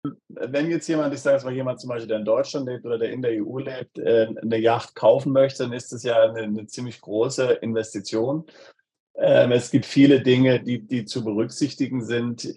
Wenn jetzt jemand, ich sage jetzt mal jemand zum Beispiel, der in Deutschland lebt oder der in der EU lebt, 'ne Yacht kaufen möchte, dann ist das ja eine ziemlich große Investition. Es gibt viele Dinge, die zu berücksichtigen sind.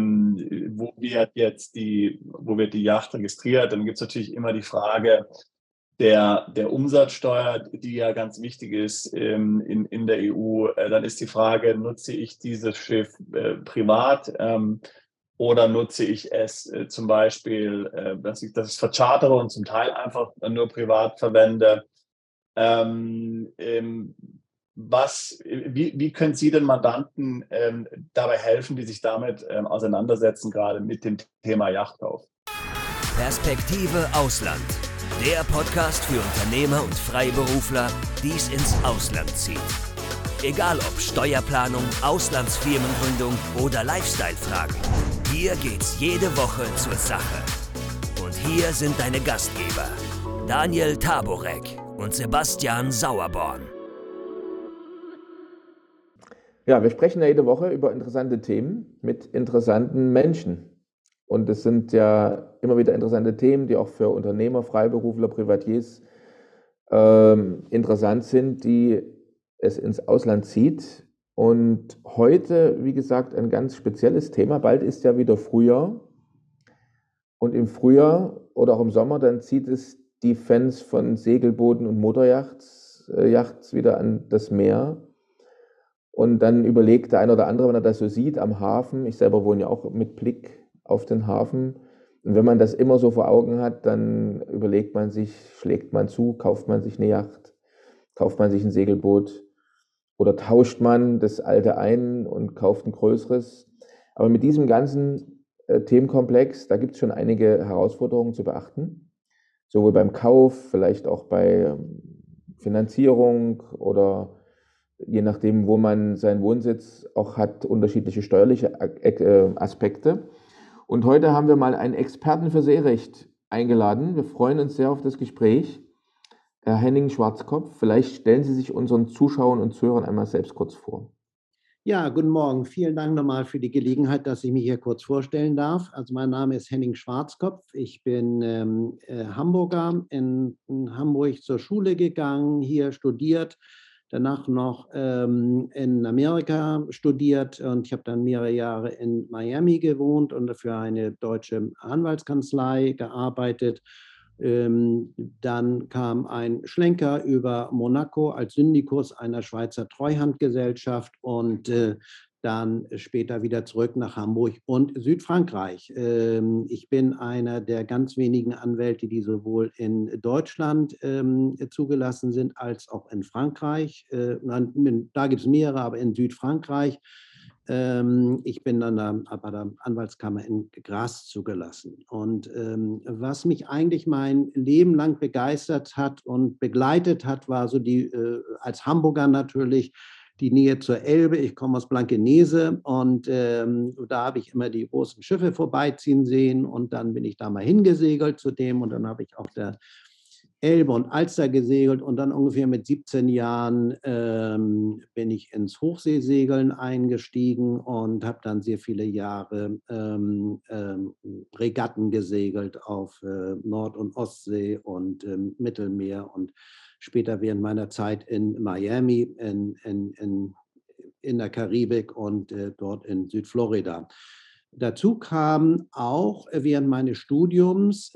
Wo wird die Yacht registriert? Dann gibt es natürlich immer die Frage der Umsatzsteuer, die ja ganz wichtig ist, in der EU. Dann ist die Frage: Nutze ich dieses Schiff, privat, oder nutze ich es, zum Beispiel, dass ich es verchartere und zum Teil einfach nur privat verwende? Ähm, ähm, wie können Sie den Mandanten, dabei helfen, die sich damit, auseinandersetzen, gerade mit dem Thema Yachtkauf? Perspektive Ausland. Der Podcast für Unternehmer und Freiberufler, die es ins Ausland zieht. Egal ob Steuerplanung, Auslandsfirmengründung oder Lifestyle-Fragen. Hier geht's jede Woche zur Sache. Und hier sind deine Gastgeber, Daniel Taborek und Sebastian Sauerborn. Ja, wir sprechen ja jede Woche über interessante Themen mit interessanten Menschen. Und es sind ja immer wieder interessante Themen, die auch für Unternehmer, Freiberufler, Privatiers interessant sind, die es ins Ausland zieht. Und heute, wie gesagt, ein ganz spezielles Thema. Bald ist ja wieder Frühjahr. Und im Frühjahr oder auch im Sommer, dann zieht es die Fans von Segelbooten und Motoryachts Yachts wieder an das Meer. Und dann überlegt der eine oder andere, wenn er das so sieht am Hafen, ich selber wohne ja auch mit Blick auf den Hafen, und wenn man das immer so vor Augen hat, dann überlegt man sich, schlägt man zu, kauft man sich eine Yacht, kauft man sich ein Segelboot oder tauscht man das alte ein und kauft ein größeres. Aber mit diesem ganzen Themenkomplex, da gibt es schon einige Herausforderungen zu beachten, sowohl beim Kauf, vielleicht auch bei Finanzierung oder je nachdem, wo man seinen Wohnsitz auch hat, unterschiedliche steuerliche Aspekte. Und heute haben wir mal einen Experten für Seerecht eingeladen. Wir freuen uns sehr auf das Gespräch. Herr Henning Schwarzkopf, vielleicht stellen Sie sich unseren Zuschauern und Zuhörern einmal selbst kurz vor. Ja, guten Morgen. Vielen Dank nochmal für die Gelegenheit, dass ich mich hier kurz vorstellen darf. Also mein Name ist Henning Schwarzkopf. Ich bin Hamburger, in Hamburg zur Schule gegangen, hier studiert, danach noch in Amerika studiert und ich habe dann mehrere Jahre in Miami gewohnt und für eine deutsche Anwaltskanzlei gearbeitet. Dann kam ein Schlenker über Monaco als Syndikus einer Schweizer Treuhandgesellschaft und dann später wieder zurück nach Hamburg und Südfrankreich. Ich bin einer der ganz wenigen Anwälte, die sowohl in Deutschland zugelassen sind als auch in Frankreich. Da gibt es mehrere, aber in Südfrankreich. Ich bin dann bei der Anwaltskammer in Graz zugelassen. Und was mich eigentlich mein Leben lang begeistert hat und begleitet hat, war so als Hamburger natürlich, die Nähe zur Elbe. Ich komme aus Blankenese und da habe ich immer die großen Schiffe vorbeiziehen sehen und dann bin ich da mal hingesegelt zu dem und dann habe ich auf der Elbe und Alster gesegelt und dann ungefähr mit 17 Jahren bin ich ins Hochseesegeln eingestiegen und habe dann sehr viele Jahre Regatten gesegelt auf Nord- und Ostsee und Mittelmeer und später während meiner Zeit in Miami in der Karibik und dort in Südflorida. Dazu kam auch während meines Studiums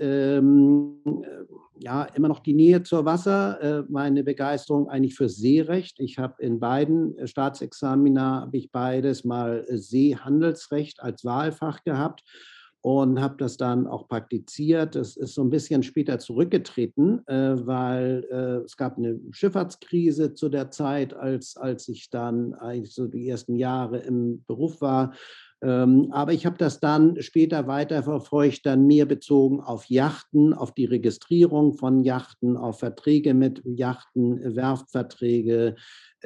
ja, immer noch die Nähe zur Wasser, meine Begeisterung eigentlich für Seerecht. Ich habe in beiden Staatsexamina habe ich beides mal Seehandelsrecht als Wahlfach gehabt und habe das dann auch praktiziert. Das ist so ein bisschen später zurückgetreten, weil es gab eine Schifffahrtskrise zu der Zeit, als ich dann eigentlich so die ersten Jahre im Beruf war. Aber ich habe das dann später weiterverfolgt, dann mehr bezogen auf Yachten, auf die Registrierung von Yachten, auf Verträge mit Yachten, Werftverträge,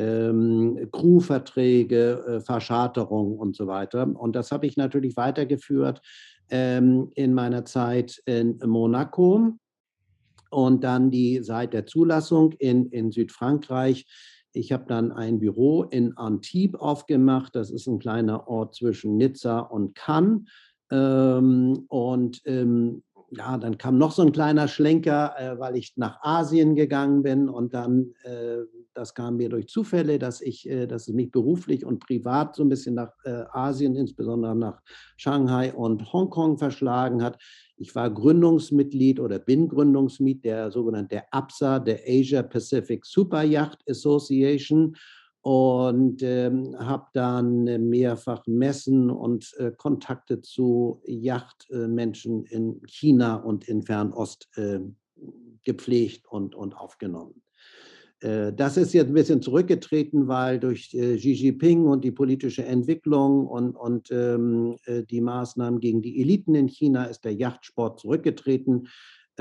Crewverträge, Verscharterung und so weiter. Und das habe ich natürlich weitergeführt in meiner Zeit in Monaco und dann seit der Zulassung in Südfrankreich. Ich habe dann ein Büro in Antibes aufgemacht. Das ist ein kleiner Ort zwischen Nizza und Cannes. Ja, dann kam noch so ein kleiner Schlenker, weil ich nach Asien gegangen bin und dann, das kam mir durch Zufälle, dass es mich beruflich und privat so ein bisschen nach Asien, insbesondere nach Shanghai und Hongkong verschlagen hat. Ich war Gründungsmitglied oder bin Gründungsmitglied der sogenannten APSA, der Asia Pacific Super Yacht Association. Und habe dann mehrfach Messen und Kontakte zu Yachtmenschen in China und in Fernost gepflegt und aufgenommen. Das ist jetzt ein bisschen zurückgetreten, weil durch Xi Jinping und die politische Entwicklung und die Maßnahmen gegen die Eliten in China ist der Yachtsport zurückgetreten.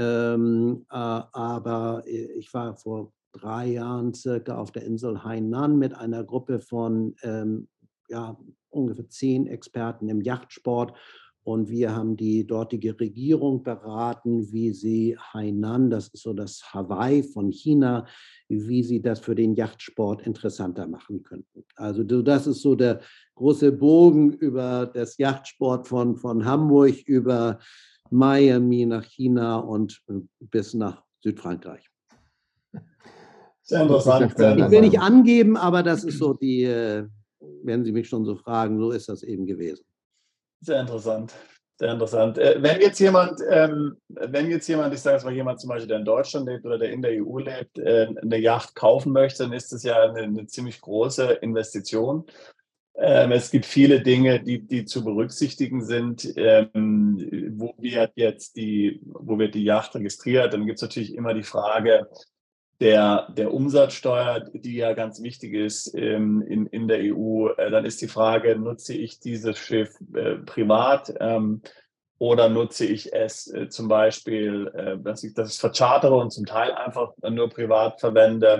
Aber ich war vor 3 Jahren circa auf der Insel Hainan mit einer Gruppe von ungefähr 10 Experten im Yachtsport. Und wir haben die dortige Regierung beraten, wie sie Hainan, das ist so das Hawaii von China, wie sie das für den Yachtsport interessanter machen könnten. Also das ist so der große Bogen über das Yachtsport von Hamburg über Miami nach China und bis nach Südfrankreich. Sehr interessant. Ich will nicht angeben, aber das ist so wenn Sie mich schon so fragen, so ist das eben gewesen. Sehr interessant. Sehr interessant. Wenn jetzt jemand, ich sage jetzt mal jemand zum Beispiel, der in Deutschland lebt oder der in der EU lebt, eine Yacht kaufen möchte, dann ist das ja eine ziemlich große Investition. Es gibt viele Dinge, die zu berücksichtigen sind, wo wird die Yacht registriert. Dann gibt es natürlich immer die Frage der Umsatzsteuer, die ja ganz wichtig ist in der EU. Dann ist die Frage, nutze ich dieses Schiff privat oder nutze ich es zum Beispiel, dass ich das verchartere und zum Teil einfach nur privat verwende.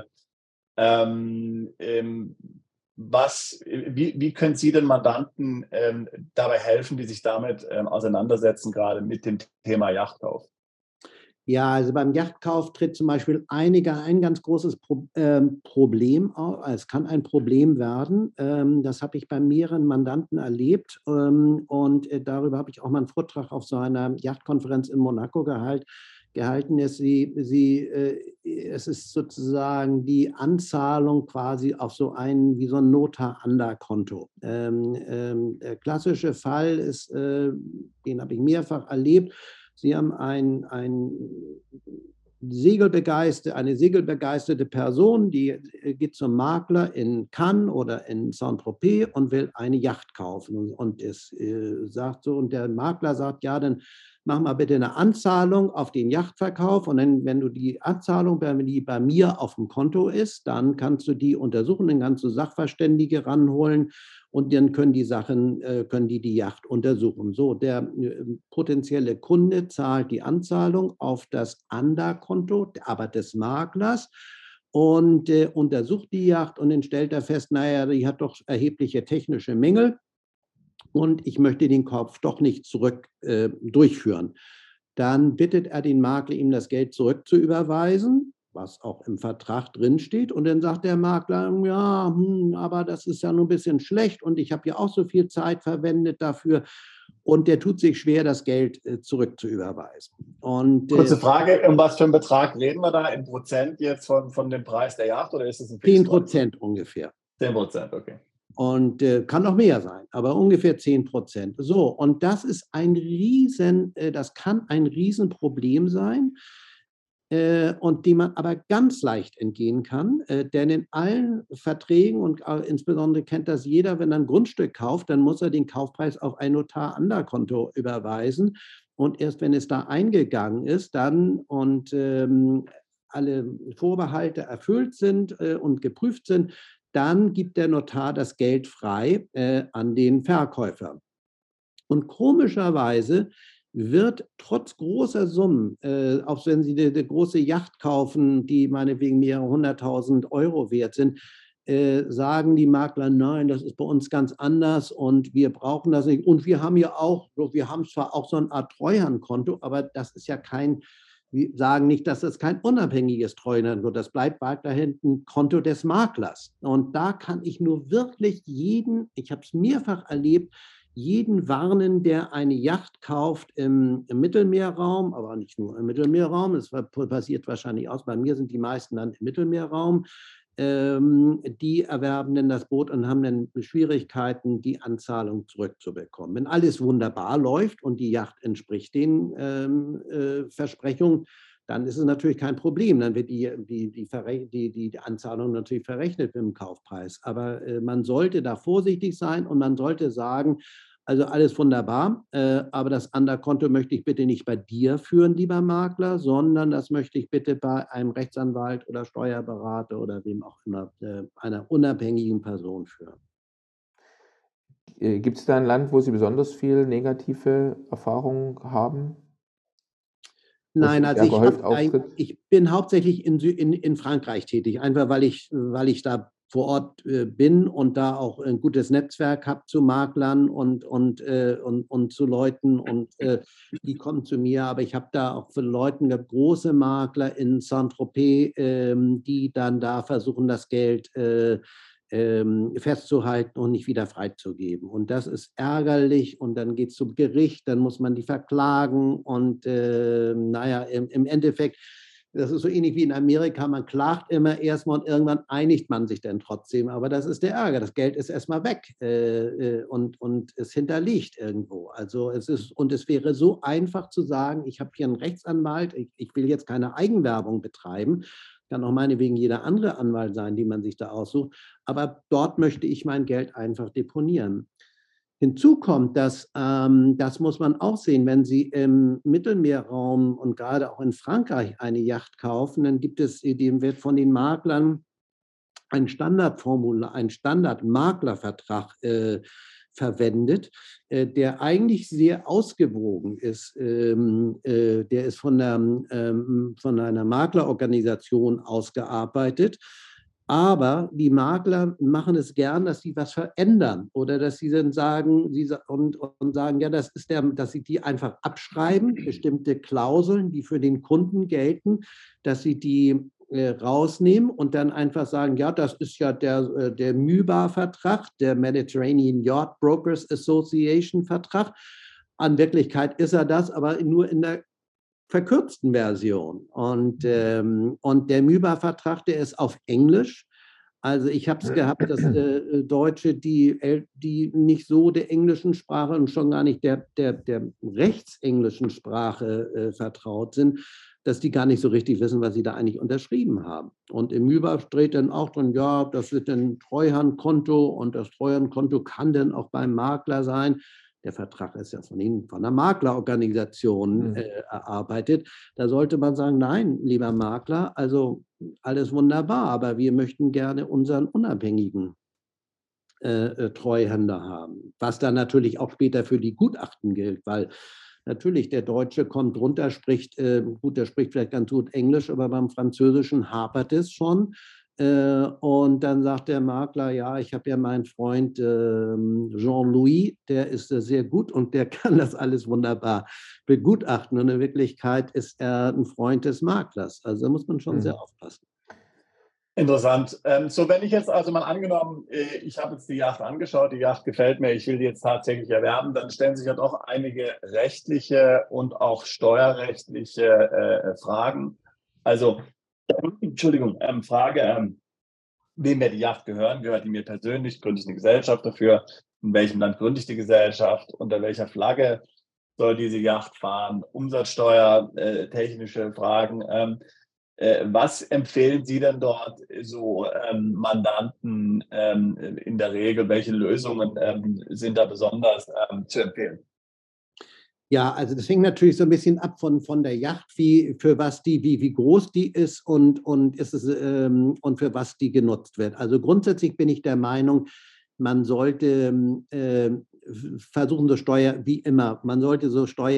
Wie können Sie den Mandanten dabei helfen, die sich damit auseinandersetzen, gerade mit dem Thema Yachtkauf? Ja, also beim Yachtkauf tritt zum Beispiel ein ganz großes Problem auf. Es kann ein Problem werden. Das habe ich bei mehreren Mandanten erlebt. Und darüber habe ich auch mal einen Vortrag auf so einer Yachtkonferenz in Monaco gehalten. Es ist sozusagen die Anzahlung quasi auf wie so ein Notar-Ander-Konto. Der klassische Fall ist, den habe ich mehrfach erlebt. Sie haben eine segelbegeisterte Person, die geht zum Makler in Cannes oder in Saint-Tropez und will eine Yacht kaufen. Und der Makler sagt, ja, dann mach mal bitte eine Anzahlung auf den Yachtverkauf. Und dann, wenn du die Anzahlung bei mir auf dem Konto ist, dann kannst du die untersuchen, dann kannst du Sachverständige ranholen. Und dann können die Yacht untersuchen. So, der potenzielle Kunde zahlt die Anzahlung auf das Ander-Konto, aber des Maklers, und untersucht die Yacht und dann stellt er fest, naja, die hat doch erhebliche technische Mängel und ich möchte den Kauf doch nicht zurück durchführen. Dann bittet er den Makler, ihm das Geld zurückzuüberweisen, was auch im Vertrag drinsteht. Und dann sagt der Makler, ja, aber das ist ja nur ein bisschen schlecht und ich habe ja auch so viel Zeit verwendet dafür. Und der tut sich schwer, das Geld zurückzuüberweisen. Kurze Frage, um was für einen Betrag reden wir da? In Prozent jetzt von dem Preis der Yacht oder ist es ein Fixpreis? 10% ungefähr. 10%, okay. Und kann noch mehr sein, aber ungefähr 10%. So, und das ist das kann ein Riesenproblem sein. Und dem man aber ganz leicht entgehen kann, denn in allen Verträgen und insbesondere kennt das jeder, wenn er ein Grundstück kauft, dann muss er den Kaufpreis auf ein Notar-Ander-Konto überweisen und erst wenn es da eingegangen ist, dann und alle Vorbehalte erfüllt sind und geprüft sind, dann gibt der Notar das Geld frei an den Verkäufer. Und komischerweise wird trotz großer Summen, auch wenn Sie eine große Yacht kaufen, die meinetwegen mehrere 100.000 Euro wert sind, sagen die Makler, nein, das ist bei uns ganz anders und wir brauchen das nicht. Und wir haben zwar auch so eine Art Treuhandkonto, aber das ist ja wir sagen nicht, dass das kein unabhängiges Treuhandkonto, das bleibt weiterhin ein Konto des Maklers. Und da kann ich nur wirklich ich habe es mehrfach erlebt, jeden warnen, der eine Yacht kauft im Mittelmeerraum, aber nicht nur im Mittelmeerraum, das passiert wahrscheinlich aus, bei mir sind die meisten dann im Mittelmeerraum, die erwerben dann das Boot und haben dann Schwierigkeiten, die Anzahlung zurückzubekommen. Wenn alles wunderbar läuft und die Yacht entspricht den Versprechungen, dann ist es natürlich kein Problem. Dann wird die Anzahlung natürlich verrechnet mit dem Kaufpreis. Aber man sollte da vorsichtig sein und man sollte sagen, also alles wunderbar, aber das Underkonto möchte ich bitte nicht bei dir führen, lieber Makler, sondern das möchte ich bitte bei einem Rechtsanwalt oder Steuerberater oder wem auch immer, einer unabhängigen Person führen. Gibt es da ein Land, wo Sie besonders viel negative Erfahrungen haben? Nein, also gehäuft auftritt? ich bin hauptsächlich in Frankreich tätig, einfach weil ich da vor Ort bin und da auch ein gutes Netzwerk habe zu Maklern und zu Leuten und die kommen zu mir. Aber ich habe da auch für Leute, große Makler in Saint-Tropez, die dann da versuchen, das Geld festzuhalten und nicht wieder freizugeben. Und das ist ärgerlich und dann geht es zum Gericht, dann muss man die verklagen und naja, im Endeffekt, das ist so ähnlich wie in Amerika, man klagt immer erstmal und irgendwann einigt man sich dann trotzdem, aber das ist der Ärger, das Geld ist erstmal weg und es hinterliegt irgendwo. Also es wäre so einfach zu sagen, ich habe hier einen Rechtsanwalt, ich will jetzt keine Eigenwerbung betreiben, kann auch meinetwegen jeder andere Anwalt sein, den man sich da aussucht, aber dort möchte ich mein Geld einfach deponieren. Hinzu kommt, dass, das muss man auch sehen, wenn Sie im Mittelmeerraum und gerade auch in Frankreich eine Yacht kaufen, dann wird von den Maklern ein Standardformular, ein Standardmaklervertrag verwendet, der eigentlich sehr ausgewogen ist. Der ist von einer Maklerorganisation ausgearbeitet. Aber die Makler machen es gern, dass sie was verändern oder dass sie dann sagen, sagen, ja, dass sie die einfach abschreiben, bestimmte Klauseln, die für den Kunden gelten, dass sie die rausnehmen und dann einfach sagen, ja, das ist ja der MYBA-Vertrag, der Mediterranean Yacht Brokers Association-Vertrag. An Wirklichkeit ist er das, aber nur in der verkürzten Version. Und der MYBA-Vertrag, der ist auf Englisch. Also ich habe es gehabt, dass Deutsche, die nicht so der englischen Sprache und schon gar nicht der rechtsenglischen Sprache vertraut sind, dass die gar nicht so richtig wissen, was sie da eigentlich unterschrieben haben. Und im MYBA steht dann auch drin, ja, das wird ein Treuhandkonto und das Treuhandkonto kann dann auch beim Makler sein. Der Vertrag ist ja von einer Maklerorganisation erarbeitet. Da sollte man sagen, nein, lieber Makler, also alles wunderbar, aber wir möchten gerne unseren unabhängigen Treuhänder haben. Was dann natürlich auch später für die Gutachten gilt, weil natürlich der Deutsche kommt runter, spricht, der spricht vielleicht ganz gut Englisch, aber beim Französischen hapert es schon. Und dann sagt der Makler, ja, ich habe ja meinen Freund Jean-Louis, der ist sehr gut und der kann das alles wunderbar begutachten. Und in Wirklichkeit ist er ein Freund des Maklers. Also da muss man schon sehr aufpassen. Interessant. So, wenn ich jetzt also mal angenommen, ich habe jetzt die Yacht angeschaut, die Yacht gefällt mir, ich will die jetzt tatsächlich erwerben, dann stellen sich ja doch einige rechtliche und auch steuerrechtliche Fragen. Also, Entschuldigung, Frage, wem wird die Yacht gehören? Gehört die mir persönlich? Gründe ich eine Gesellschaft dafür? In welchem Land gründe ich die Gesellschaft? Unter welcher Flagge soll diese Yacht fahren? Umsatzsteuer, technische Fragen. Was empfehlen Sie denn dort so Mandanten in der Regel? Welche Lösungen sind da besonders zu empfehlen? Ja, also das hängt natürlich so ein bisschen ab von der Yacht, wie groß die ist und für was die genutzt wird. Also grundsätzlich bin ich der Meinung, man sollte versuchen, man sollte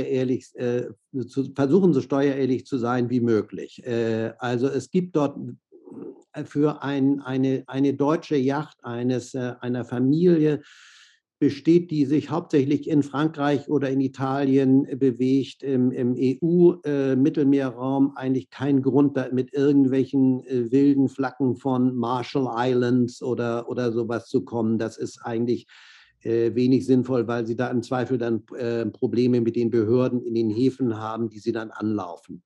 versuchen, so steuerehrlich zu sein wie möglich. Also es gibt dort für eine deutsche Yacht einer Familie, die sich hauptsächlich in Frankreich oder in Italien bewegt, im EU-Mittelmeerraum eigentlich kein Grund, mit irgendwelchen wilden Flaggen von Marshall Islands oder sowas zu kommen. Das ist eigentlich wenig sinnvoll, weil sie da im Zweifel dann Probleme mit den Behörden in den Häfen haben, die sie dann anlaufen.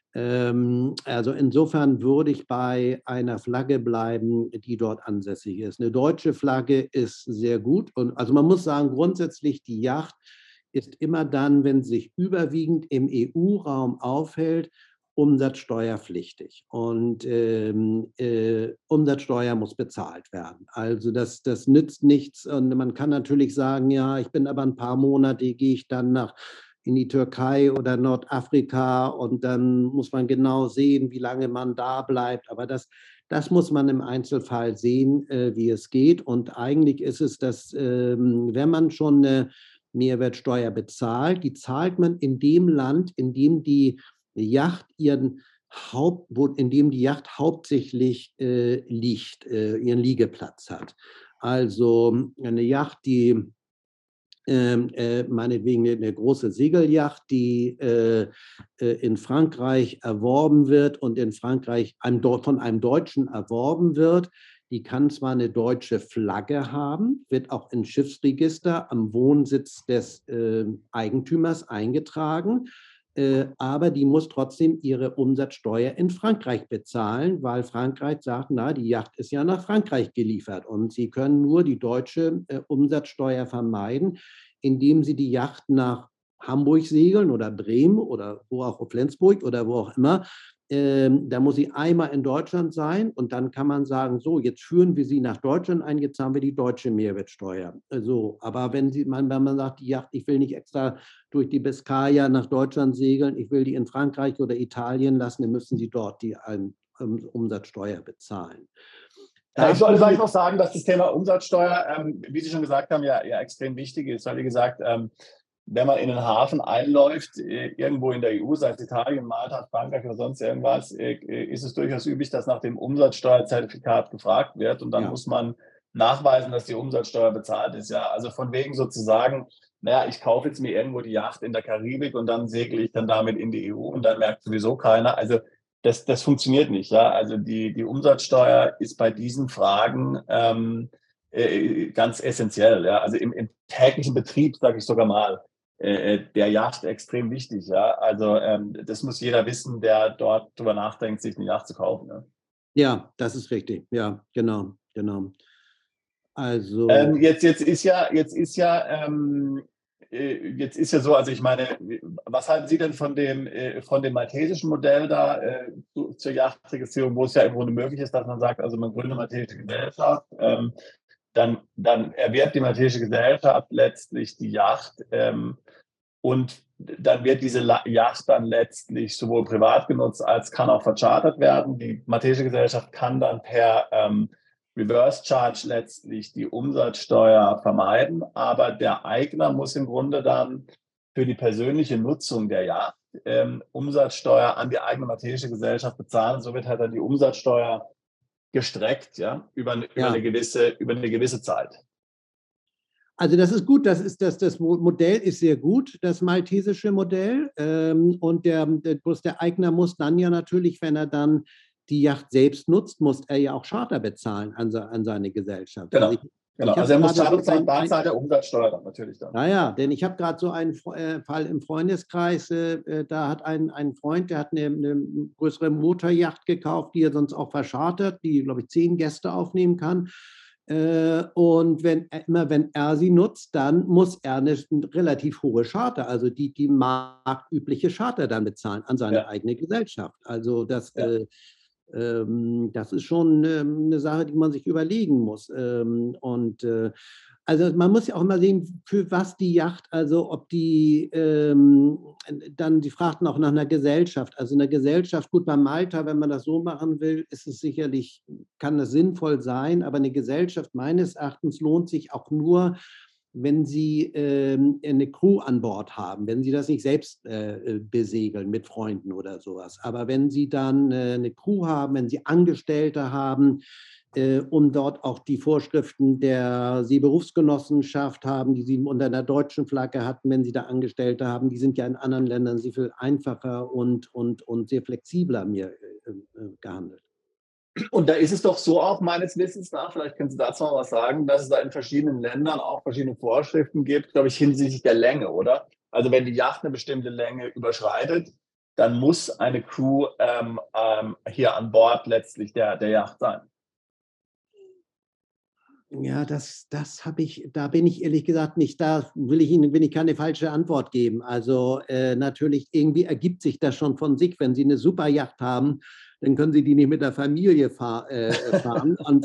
Also insofern würde ich bei einer Flagge bleiben, die dort ansässig ist. Eine deutsche Flagge ist sehr gut. Und also man muss sagen, grundsätzlich die Yacht ist immer dann, wenn sie sich überwiegend im EU-Raum aufhält, umsatzsteuerpflichtig. Und Umsatzsteuer muss bezahlt werden. Also das nützt nichts. Und man kann natürlich sagen, ja, ich bin aber ein paar Monate, gehe ich dann in die Türkei oder Nordafrika und dann muss man genau sehen, wie lange man da bleibt. Aber das muss man im Einzelfall sehen, wie es geht. Und eigentlich ist es, dass wenn man schon eine Mehrwertsteuer bezahlt, die zahlt man in dem Land, in dem die Yacht in dem die Yacht hauptsächlich liegt, ihren Liegeplatz hat. Also eine Yacht, die meinetwegen eine große Segelyacht, die in Frankreich erworben wird und in Frankreich von einem Deutschen erworben wird, die kann zwar eine deutsche Flagge haben, wird auch im Schiffsregister am Wohnsitz des Eigentümers eingetragen, aber die muss trotzdem ihre Umsatzsteuer in Frankreich bezahlen, weil Frankreich sagt, na, die Yacht ist ja nach Frankreich geliefert und sie können nur die deutsche Umsatzsteuer vermeiden, indem sie die Yacht nach Hamburg segeln oder Bremen oder wo auch, Flensburg oder wo auch immer. Da muss sie einmal in Deutschland sein und dann kann man sagen, so, jetzt führen wir sie nach Deutschland ein, jetzt haben wir die deutsche Mehrwertsteuer. So, aber wenn man sagt, die Yacht, ich will nicht extra durch die Biskaya nach Deutschland segeln, ich will die in Frankreich oder Italien lassen, dann müssen sie dort die Umsatzsteuer bezahlen. Ja, ich wollte vielleicht noch sagen, dass das Thema Umsatzsteuer, wie Sie schon gesagt haben, ja extrem wichtig ist, weil wie gesagt, wenn man in den Hafen einläuft, irgendwo in der EU, sei es Italien, Malta, Frankreich oder sonst irgendwas, ist es durchaus üblich, dass nach dem Umsatzsteuerzertifikat gefragt wird und dann muss man nachweisen, dass die Umsatzsteuer bezahlt ist. Ja, also von wegen sozusagen, naja, ich kaufe jetzt mir irgendwo die Yacht in der Karibik und dann segle ich dann damit in die EU und dann merkt sowieso keiner. Also das funktioniert nicht. Ja, also die Umsatzsteuer ist bei diesen Fragen ganz essentiell. Ja, also im täglichen Betrieb, sage ich sogar mal, der Yacht extrem wichtig. Ja, also das muss jeder wissen, der dort drüber nachdenkt, sich eine Yacht zu kaufen. Ja, ja, das ist richtig. Ja, genau. Also jetzt ist ja so, also ich meine, was halten Sie denn von dem maltesischen Modell da zur Yachtregistrierung, wo es ja im Grunde möglich ist, dass man sagt, also man gründet eine maltesische Gesellschaft, dann erwirbt die maltesische Gesellschaft letztlich die Yacht und dann wird diese Yacht dann letztlich sowohl privat genutzt als kann auch verchartert werden. Die maltesische Gesellschaft kann dann per Reverse Charge letztlich die Umsatzsteuer vermeiden, aber der Eigner muss im Grunde dann für die persönliche Nutzung der Yacht Umsatzsteuer an die eigene maltesische Gesellschaft bezahlen. So wird halt dann die Umsatzsteuer gestreckt, ja, über eine gewisse Zeit. Also das ist gut, das Modell ist sehr gut, das maltesische Modell. Und bloß der Eigner muss dann ja natürlich, wenn er dann die Yacht selbst nutzt, muss er ja auch Charter bezahlen an seine Gesellschaft. Genau. Also er muss Charter bezahlen, da zahlt er Umsatzsteuer dann natürlich dann. Naja, denn ich habe gerade so einen Fall im Freundeskreis, da hat ein Freund, der hat eine größere Motoryacht gekauft, die er sonst auch verschartert, die, glaube ich, 10 Gäste aufnehmen kann. Und wenn er sie nutzt, dann muss er eine relativ hohe Charter, also die marktübliche Charter dann bezahlen an seine eigene Gesellschaft. Also das ist schon eine Sache, die man sich überlegen muss. Also man muss ja auch immer sehen, für was die Yacht, also ob die dann, Sie fragten auch nach einer Gesellschaft. Also eine Gesellschaft, gut, bei Malta, wenn man das so machen will, ist es sicherlich, kann das sinnvoll sein, aber eine Gesellschaft meines Erachtens lohnt sich auch nur, wenn Sie eine Crew an Bord haben, wenn Sie das nicht selbst besegeln mit Freunden oder sowas. Aber wenn Sie dann eine Crew haben, wenn Sie Angestellte haben, um dort auch die Vorschriften der Seeberufsgenossenschaft haben, die Sie unter einer deutschen Flagge hatten, wenn Sie da Angestellte haben, die sind ja in anderen Ländern sehr viel einfacher und sehr flexibler gehandelt. Und da ist es doch so auch meines Wissens nach, vielleicht können Sie dazu mal was sagen, dass es da in verschiedenen Ländern auch verschiedene Vorschriften gibt, glaube ich, hinsichtlich der Länge, oder? Also wenn die Yacht eine bestimmte Länge überschreitet, dann muss eine Crew hier an Bord letztlich der Yacht sein. Ja, das habe ich, da bin ich ehrlich gesagt nicht, da will ich keine falsche Antwort geben. Also natürlich, irgendwie ergibt sich das schon von sich. Wenn Sie eine Superjacht haben, dann können Sie die nicht mit der Familie fahren. Und,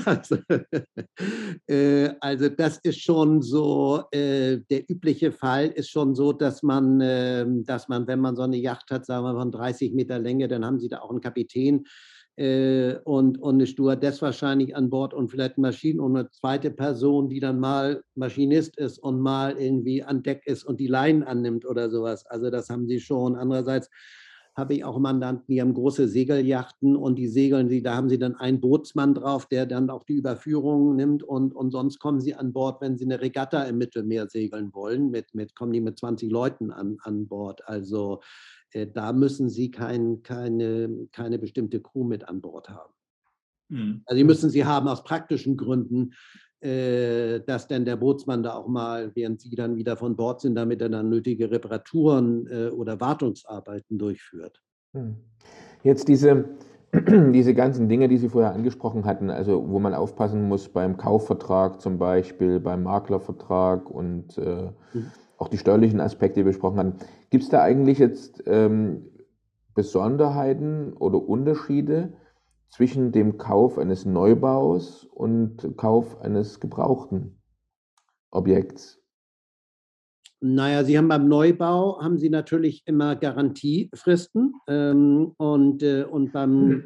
also das ist schon so, der übliche Fall ist schon so, dass man, wenn man so eine Yacht hat, sagen wir von 30 Meter Länge, dann haben Sie da auch einen Kapitän, und eine Stewardess wahrscheinlich an Bord und vielleicht und eine zweite Person, die dann mal Maschinist ist und mal irgendwie an Deck ist und die Leinen annimmt oder sowas. Also das haben sie schon. Andererseits habe ich auch Mandanten, die haben große Segelyachten und die segeln sie, da haben sie dann einen Bootsmann drauf, der dann auch die Überführung nimmt und sonst kommen sie an Bord, wenn sie eine Regatta im Mittelmeer segeln wollen, kommen die mit 20 Leuten an Bord. Also da müssen Sie keine bestimmte Crew mit an Bord haben. Also die müssen Sie haben aus praktischen Gründen, dass dann der Bootsmann da auch mal, während Sie dann wieder von Bord sind, damit er dann nötige Reparaturen oder Wartungsarbeiten durchführt. Jetzt diese ganzen Dinge, die Sie vorher angesprochen hatten, also wo man aufpassen muss beim Kaufvertrag zum Beispiel, beim Maklervertrag und auch die steuerlichen Aspekte, die wir besprochen haben. Gibt es da eigentlich jetzt Besonderheiten oder Unterschiede zwischen dem Kauf eines Neubaus und Kauf eines gebrauchten Objekts? Naja, Sie haben beim Neubau haben Sie natürlich immer Garantiefristen und beim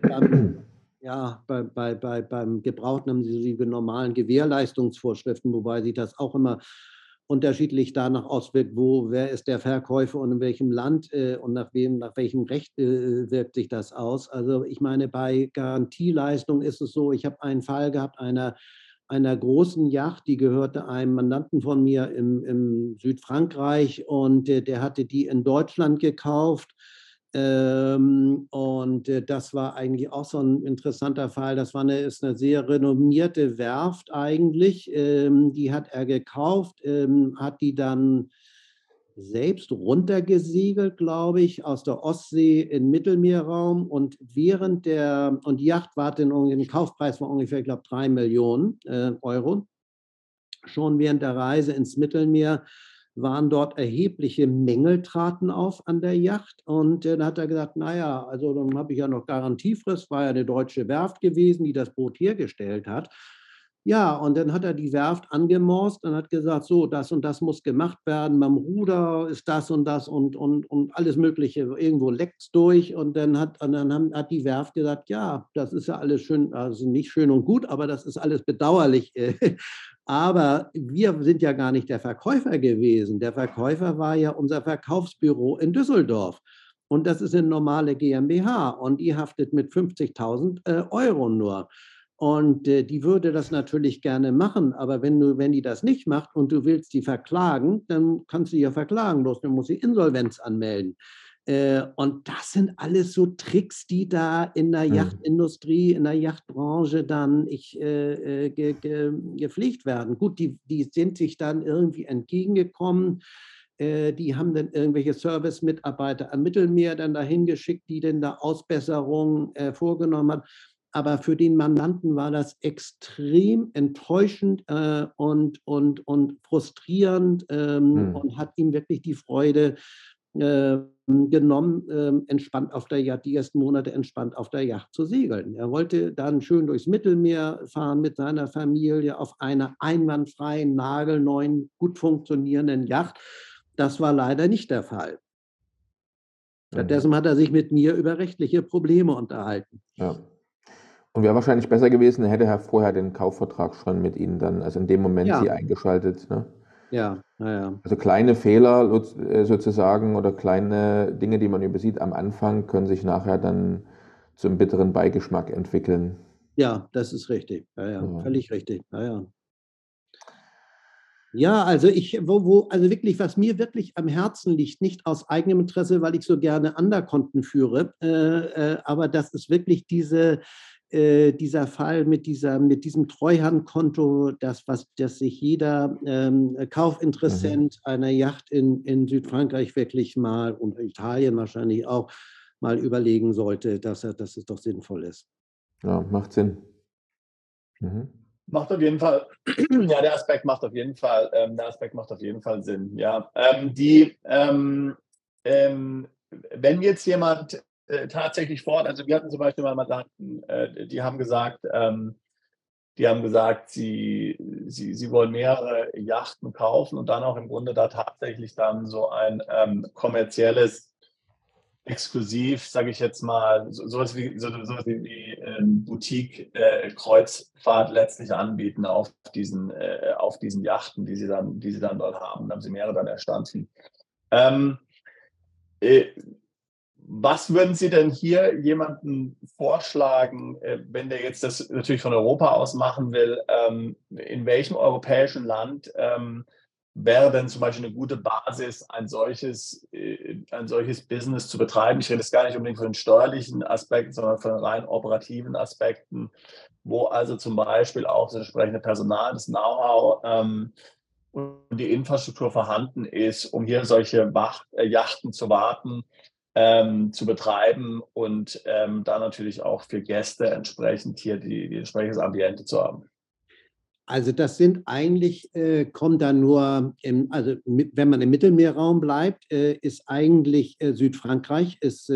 Gebrauchten haben Sie die normalen Gewährleistungsvorschriften, wobei sich das auch immer unterschiedlich danach auswirkt, wer ist der Verkäufer und in welchem Land und nach welchem Recht wirkt sich das aus. Also ich meine, bei Garantieleistung ist es so, ich habe einen Fall gehabt, einer großen Yacht, die gehörte einem Mandanten von mir im Südfrankreich und der hatte die in Deutschland gekauft. Das war eigentlich auch so ein interessanter Fall. Das ist eine sehr renommierte Werft eigentlich. Die hat er gekauft, hat die dann selbst runtergesegelt, glaube ich, aus der Ostsee in den Mittelmeerraum. Und die Yacht war im Kaufpreis war ungefähr, ich glaube, 3 Millionen Euro. Schon während der Reise ins Mittelmeer waren dort erhebliche Mängel traten auf an der Yacht. Und dann hat er gesagt, naja, also dann habe ich ja noch Garantiefrist, war ja eine deutsche Werft gewesen, die das Boot hergestellt hat. Ja, und dann hat er die Werft angemorst und hat gesagt, so, das und das muss gemacht werden, beim Ruder ist das und das und alles Mögliche, irgendwo leckt es durch. Und dann hat die Werft gesagt, ja, das ist ja alles schön, also nicht schön und gut, aber das ist alles bedauerlich. Aber wir sind ja gar nicht der Verkäufer gewesen. Der Verkäufer war ja unser Verkaufsbüro in Düsseldorf. Und das ist eine normale GmbH und die haftet mit 50.000 Euro nur. Und die würde das natürlich gerne machen, aber wenn die das nicht macht und du willst die verklagen, dann kannst du ja verklagen, bloß dann muss sie Insolvenz anmelden. Und das sind alles so Tricks, die da in der Yachtindustrie, in der Yachtbranche dann gepflegt werden. Gut, die sind sich dann irgendwie entgegengekommen. Die haben dann irgendwelche Service-Mitarbeiter am Mittelmeer dann dahin geschickt, die dann da Ausbesserungen vorgenommen haben. Aber für den Mandanten war das extrem enttäuschend und frustrierend und hat ihm wirklich die Freude genommen, entspannt auf der Yacht, die ersten Monate entspannt auf der Yacht zu segeln. Er wollte dann schön durchs Mittelmeer fahren mit seiner Familie auf einer einwandfreien, nagelneuen, gut funktionierenden Yacht. Das war leider nicht der Fall. Stattdessen hat er sich mit mir über rechtliche Probleme unterhalten. Ja. Und wäre wahrscheinlich besser gewesen, hätte er vorher den Kaufvertrag schon mit Ihnen dann, also in dem Moment Sie eingeschaltet. Ne? Ja. Also kleine Fehler sozusagen oder kleine Dinge, die man übersieht am Anfang, können sich nachher dann zum bitteren Beigeschmack entwickeln. Ja, das ist richtig. Ja. Völlig richtig. Ja, also also wirklich, was mir wirklich am Herzen liegt, nicht aus eigenem Interesse, weil ich so gerne Underkonten führe, aber das ist wirklich diese dieser Fall mit diesem Treuhandkonto, dass sich jeder Kaufinteressent einer Yacht in Südfrankreich wirklich mal und Italien wahrscheinlich auch mal überlegen sollte, dass es doch sinnvoll ist. Ja, macht Sinn. Macht auf jeden Fall, ja, der Aspekt macht auf jeden Fall Sinn. Ja, wenn jetzt jemand tatsächlich also wir hatten zum Beispiel mal Mandanten, die haben gesagt, sie wollen mehrere Yachten kaufen und dann auch im Grunde da tatsächlich dann so ein kommerzielles, exklusiv, sage ich jetzt mal, sowas wie Boutique-Kreuzfahrt letztlich anbieten auf diesen Yachten, die sie dann dort haben. Da haben sie mehrere dann erstanden. Was würden Sie denn hier jemandem vorschlagen, wenn der jetzt das natürlich von Europa aus machen will? In welchem europäischen Land wäre denn zum Beispiel eine gute Basis, ein solches Business zu betreiben? Ich rede jetzt gar nicht unbedingt von den steuerlichen Aspekten, sondern von den rein operativen Aspekten, wo also zum Beispiel auch das entsprechende Personal, das Know-how und die Infrastruktur vorhanden ist, um hier solche Yachten zu warten, zu betreiben und da natürlich auch für Gäste entsprechend hier die entsprechendes Ambiente zu haben. Also das sind eigentlich, kommt da nur, wenn man im Mittelmeerraum bleibt, ist eigentlich Südfrankreich, ist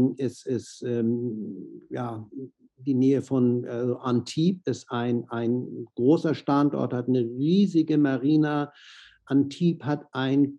ja, die Nähe von Antibes ist ein großer Standort, hat eine riesige Marina. Antibes hat eine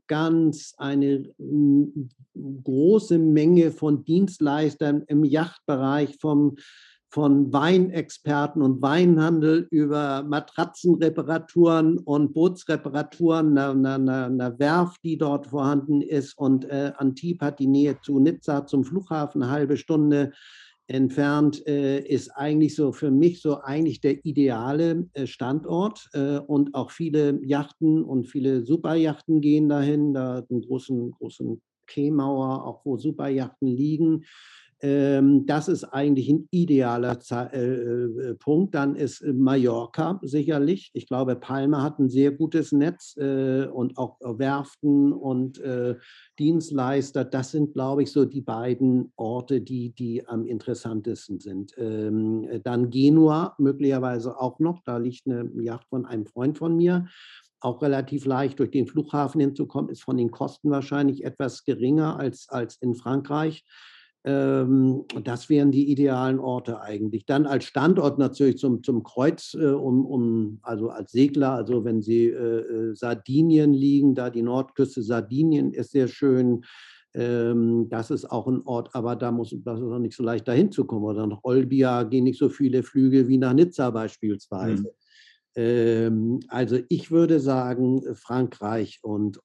große Menge von Dienstleistern im Yachtbereich, von Weinexperten und Weinhandel über Matratzenreparaturen und Bootsreparaturen, einer Werft, die dort vorhanden ist. Und Antibes hat die Nähe zu Nizza, zum Flughafen, eine halbe Stunde entfernt, ist eigentlich so für mich so eigentlich der ideale Standort. Und auch viele Yachten und viele Superyachten gehen dahin. Da hat einen großen Quaymauer, auch wo Superyachten liegen. Das ist eigentlich ein idealer Punkt. Dann ist Mallorca sicherlich. Ich glaube, Palma hat ein sehr gutes Netz und auch Werften und Dienstleister. Das sind, glaube ich, so die beiden Orte, die am interessantesten sind. Dann Genua möglicherweise auch noch. Da liegt eine Yacht von einem Freund von mir. Auch relativ leicht durch den Flughafen hinzukommen, ist von den Kosten wahrscheinlich etwas geringer als in Frankreich. Das wären die idealen Orte eigentlich. Dann als Standort natürlich zum Kreuz, also als Segler, also wenn Sie Sardinien liegen, da die Nordküste Sardinien ist sehr schön. Das ist auch ein Ort, aber das ist noch nicht so leicht dahin zu kommen. Oder nach Olbia gehen nicht so viele Flüge wie nach Nizza beispielsweise. Also ich würde sagen Frankreich und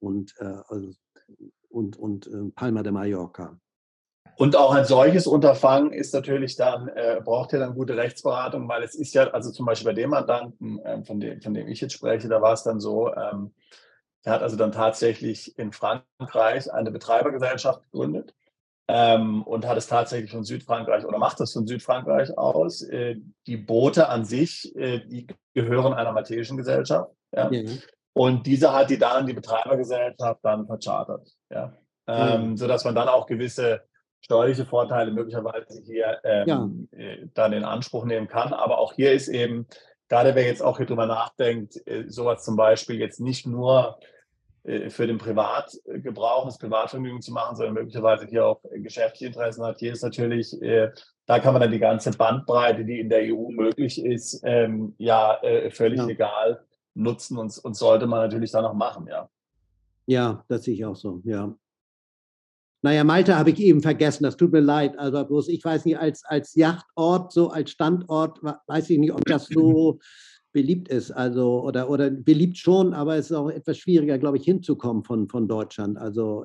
Palma de Mallorca. Und auch ein solches Unterfangen ist natürlich dann, braucht ja dann gute Rechtsberatung, weil es ist ja, also zum Beispiel bei dem Mandanten, von dem ich jetzt spreche, da war es dann so, er hat also dann tatsächlich in Frankreich eine Betreibergesellschaft gegründet und hat es tatsächlich von Südfrankreich oder macht das von Südfrankreich aus. Die Boote an sich, die gehören einer maltesischen Gesellschaft. Ja? Und diese hat die Betreibergesellschaft dann verchartert. Ja? Sodass man dann auch gewisse steuerliche Vorteile möglicherweise hier dann in Anspruch nehmen kann. Aber auch hier ist eben, gerade wer jetzt auch hier drüber nachdenkt, sowas zum Beispiel jetzt nicht nur für den Privatgebrauch, das Privatvergnügen zu machen, sondern möglicherweise hier auch geschäftliche Interessen hat. Hier ist natürlich, da kann man dann die ganze Bandbreite, die in der EU möglich ist, völlig legal nutzen und sollte man natürlich dann auch machen, ja. Ja, das sehe ich auch so, ja. Naja, Malta habe ich eben vergessen, das tut mir leid. Also bloß, ich weiß nicht, als Yachtort, so als Standort, weiß ich nicht, ob das so beliebt ist. Also, oder beliebt schon, aber es ist auch etwas schwieriger, glaube ich, hinzukommen von Deutschland. Also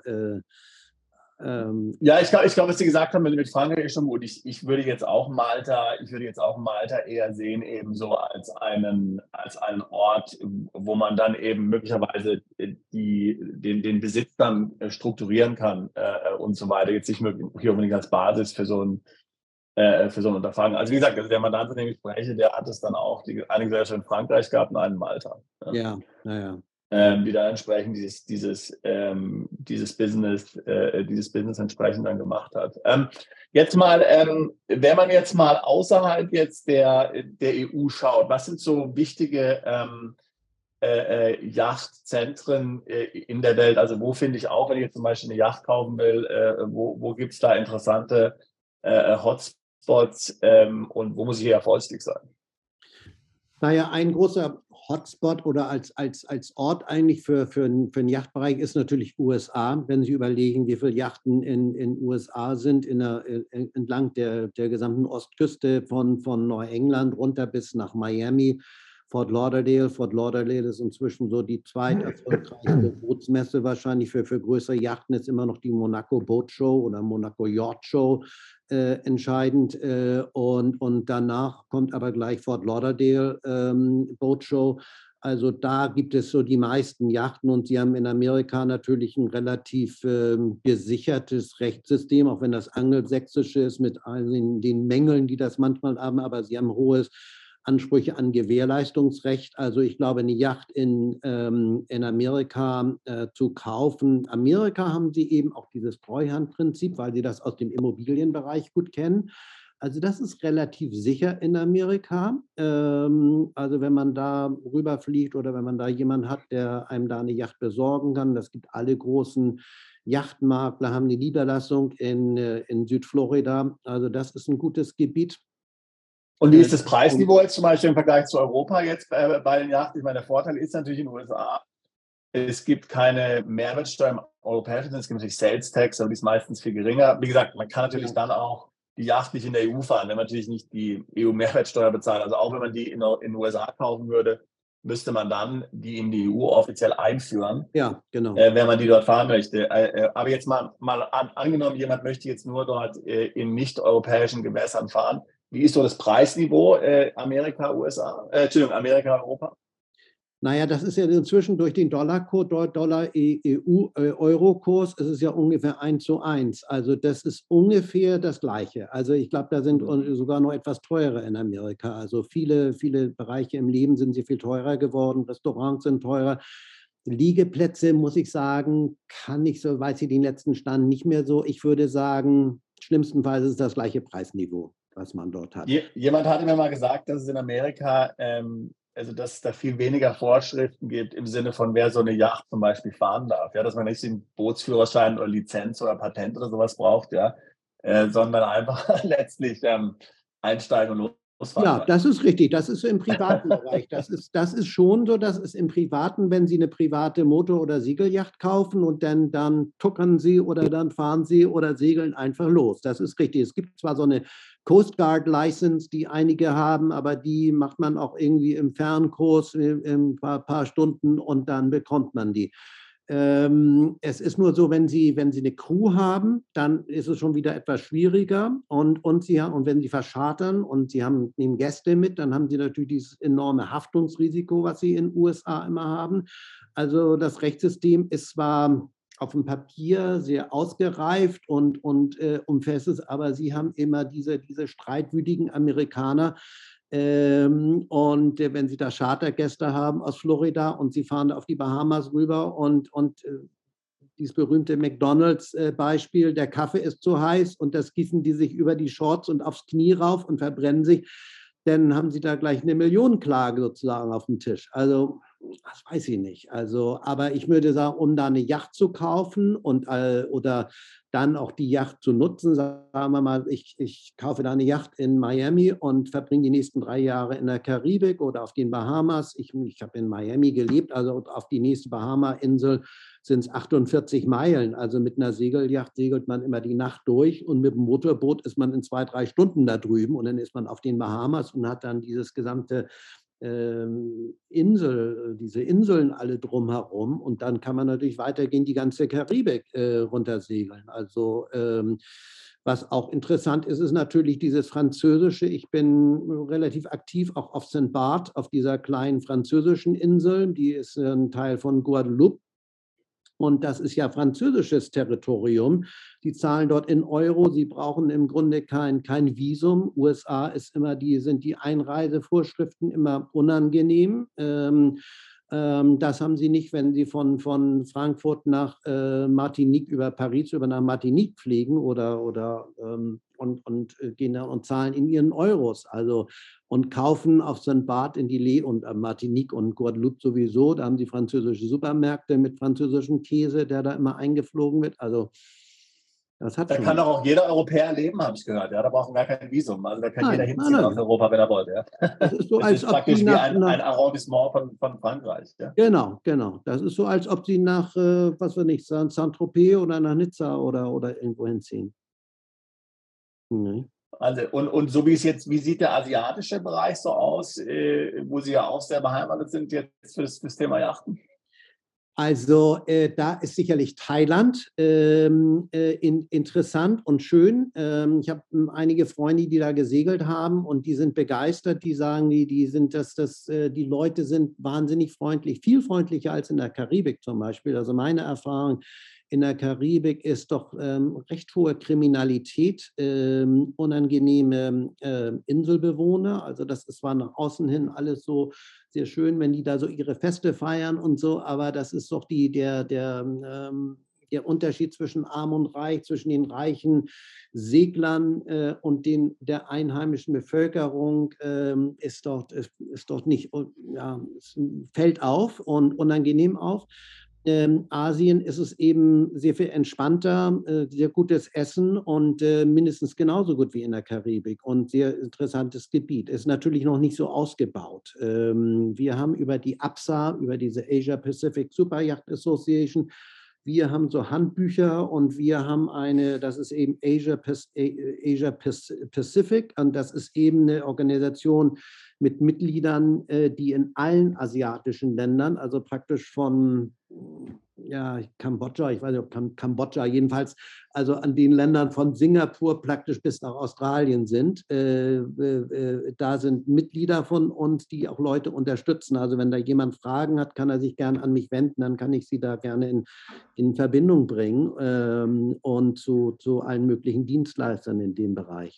ja, ich glaube, was Sie gesagt haben mit Frankreich ist schon gut. Ich würde jetzt auch Malta eher sehen, eben so als einen Ort, wo man dann eben möglicherweise den Besitz dann strukturieren kann und so weiter. Jetzt nicht hier unbedingt als Basis für so ein für so ein Unterfangen. Also wie gesagt, also der Mandant, mit dem ich spreche, der hat es dann auch eine Gesellschaft in Frankreich gehabt und einen in Malta. Ja, naja. Die da entsprechend dieses Business entsprechend dann gemacht hat. Jetzt mal, wenn man jetzt mal außerhalb jetzt der EU schaut, was sind so wichtige Yachtzentren in der Welt? Also wo finde ich auch, wenn ich jetzt zum Beispiel eine Yacht kaufen will, wo gibt es da interessante Hotspots und wo muss ich hier vorsichtig sein? Naja, ein großer Hotspot oder als Ort eigentlich für den Yachtbereich ist natürlich USA. Wenn Sie überlegen, wie viele Yachten in USA sind, entlang der gesamten Ostküste von Neuengland runter bis nach Miami, Fort Lauderdale. Fort Lauderdale ist inzwischen so die zweiterfolgreichste Bootsmesse wahrscheinlich für größere Yachten, ist immer noch die Monaco Boat Show oder Monaco Yacht Show entscheidend. Und danach kommt aber gleich Fort Lauderdale Boat Show. Also da gibt es so die meisten Yachten und sie haben in Amerika natürlich ein relativ gesichertes Rechtssystem, auch wenn das angelsächsische ist mit all den Mängeln, die das manchmal haben, aber sie haben hohes Ansprüche an Gewährleistungsrecht. Also ich glaube, eine Yacht in Amerika zu kaufen. Amerika haben sie eben auch dieses Treuhandprinzip, weil sie das aus dem Immobilienbereich gut kennen. Also das ist relativ sicher in Amerika. Also wenn man da rüberfliegt oder wenn man da jemanden hat, der einem da eine Yacht besorgen kann, das gibt alle großen Yachtmakler, haben eine Niederlassung in Südflorida. Also das ist ein gutes Gebiet. Und wie ist das Preisniveau jetzt zum Beispiel im Vergleich zu Europa jetzt bei den Yachten? Ich meine, der Vorteil ist natürlich in den USA, es gibt keine Mehrwertsteuer im europäischen Sinne, es gibt natürlich Sales Tax, aber die ist meistens viel geringer. Wie gesagt, man kann natürlich dann auch die Yacht nicht in der EU fahren, wenn man natürlich nicht die EU-Mehrwertsteuer bezahlt. Also auch wenn man die in den USA kaufen würde, müsste man dann die in die EU offiziell einführen, ja, genau. Wenn man die dort fahren möchte. Aber jetzt mal angenommen, jemand möchte jetzt nur dort in nicht-europäischen Gewässern fahren. Wie ist so das Preisniveau Amerika, USA? Entschuldigung, Amerika, Europa? Naja, das ist ja inzwischen durch den Dollar-EU-Euro-Kurs ist es ja ungefähr 1:1. Also das ist ungefähr das Gleiche. Also ich glaube, da sind sogar noch etwas teurer in Amerika. Also viele Bereiche im Leben sind sie viel teurer geworden. Restaurants sind teurer. Liegeplätze, muss ich sagen, kann ich so, weiß ich den letzten Stand nicht mehr so. Ich würde sagen, schlimmstenfalls ist es das gleiche Preisniveau, was man dort hat. Jemand hatte mir mal gesagt, dass es in Amerika, also dass es da viel weniger Vorschriften gibt im Sinne von, wer so eine Yacht zum Beispiel fahren darf. Ja, dass man nicht den Bootsführerschein oder Lizenz oder Patent oder sowas braucht, ja, sondern einfach letztlich einsteigen und losfahren. Ja, das ist richtig. Das ist im privaten Bereich. Das ist schon so, dass es im Privaten, wenn Sie eine private Motor- oder Segelyacht kaufen und dann tuckern Sie oder dann fahren Sie oder segeln einfach los. Das ist richtig. Es gibt zwar so eine Coast Guard License, die einige haben, aber die macht man auch irgendwie im Fernkurs in ein paar Stunden und dann bekommt man die. Es ist nur so, wenn Sie eine Crew haben, dann ist es schon wieder etwas schwieriger und wenn Sie verschartern und Sie nehmen Gäste mit, dann haben Sie natürlich dieses enorme Haftungsrisiko, was Sie in den USA immer haben. Also das Rechtssystem ist zwar auf dem Papier sehr ausgereift und umfasst, aber Sie haben immer diese streitwütigen Amerikaner. Und wenn Sie da Chartergäste haben aus Florida und Sie fahren auf die Bahamas rüber und dieses berühmte McDonald's-Beispiel, der Kaffee ist zu heiß und das gießen die sich über die Shorts und aufs Knie rauf und verbrennen sich, dann haben Sie da gleich eine Millionenklage sozusagen auf dem Tisch. Also das weiß ich nicht. Also, aber ich würde sagen, um da eine Yacht zu kaufen oder dann auch die Yacht zu nutzen, sagen wir mal, ich kaufe da eine Yacht in Miami und verbringe die nächsten 3 Jahre in der Karibik oder auf den Bahamas. Ich habe in Miami gelebt, also auf die nächste Bahama-Insel sind es 48 Meilen. Also mit einer Segelyacht segelt man immer die Nacht durch und mit dem Motorboot ist man in 2-3 Stunden da drüben und dann ist man auf den Bahamas und hat dann dieses gesamte diese Inseln alle drumherum und dann kann man natürlich weitergehen, die ganze Karibik runtersegeln. Also was auch interessant ist, ist natürlich dieses Französische. Ich bin relativ aktiv auch auf St. Barth, auf dieser kleinen französischen Insel, die ist ein Teil von Guadeloupe. Und das ist ja französisches Territorium. Die zahlen dort in Euro. Sie brauchen im Grunde kein Visum. USA sind die Einreisevorschriften immer unangenehm. Das haben sie nicht, wenn sie von Frankfurt nach Martinique über Paris nach Martinique fliegen und gehen da und zahlen in ihren Euros. Also und kaufen auf St. Barth in die und Martinique und Guadeloupe sowieso. Da haben sie französische Supermärkte mit französischem Käse, der da immer eingeflogen wird. Also das hat da kann doch auch jeder Europäer leben, habe ich gehört. Ja, da braucht man gar kein Visum. Also da kann jeder hinziehen aus Europa, wenn er wollte. Ja. Das ist so, das als ist ob praktisch sie wie ein Arrondissement von Frankreich. Ja. Genau. Das ist so, als ob sie nach, was weiß ich, Saint-Tropez oder nach Nizza oder irgendwo hinziehen. Nee. Also, und so wie sieht der asiatische Bereich so aus, wo Sie ja auch sehr beheimatet sind jetzt für das Thema Yachten? Also da ist sicherlich Thailand interessant und schön. Ich habe einige Freunde, die da gesegelt haben und die sind begeistert. Die sagen, die Leute sind wahnsinnig freundlich, viel freundlicher als in der Karibik zum Beispiel. Also meine Erfahrung in der Karibik ist doch recht hohe Kriminalität, unangenehme Inselbewohner. Also das ist zwar nach außen hin alles so sehr schön, wenn die da so ihre Feste feiern und so, aber das ist doch der Unterschied zwischen Arm und Reich, zwischen den reichen Seglern und der einheimischen Bevölkerung ist dort nicht, ja, es fällt auf und unangenehm auf. Asien ist es eben sehr viel entspannter, sehr gutes Essen und mindestens genauso gut wie in der Karibik und sehr interessantes Gebiet. Ist natürlich noch nicht so ausgebaut. Wir haben über die APSA, über diese Asia Pacific Super Yacht Association, wir haben so Handbücher und wir haben das ist eben Asia Pacific und das ist eben eine Organisation mit Mitgliedern, die in allen asiatischen Ländern, also praktisch von Kambodscha, ich weiß nicht, ob Kambodscha jedenfalls, also an den Ländern von Singapur praktisch bis nach Australien sind. Da sind Mitglieder von uns, die auch Leute unterstützen. Also wenn da jemand Fragen hat, kann er sich gerne an mich wenden, dann kann ich sie da gerne in Verbindung bringen und zu allen möglichen Dienstleistern in dem Bereich.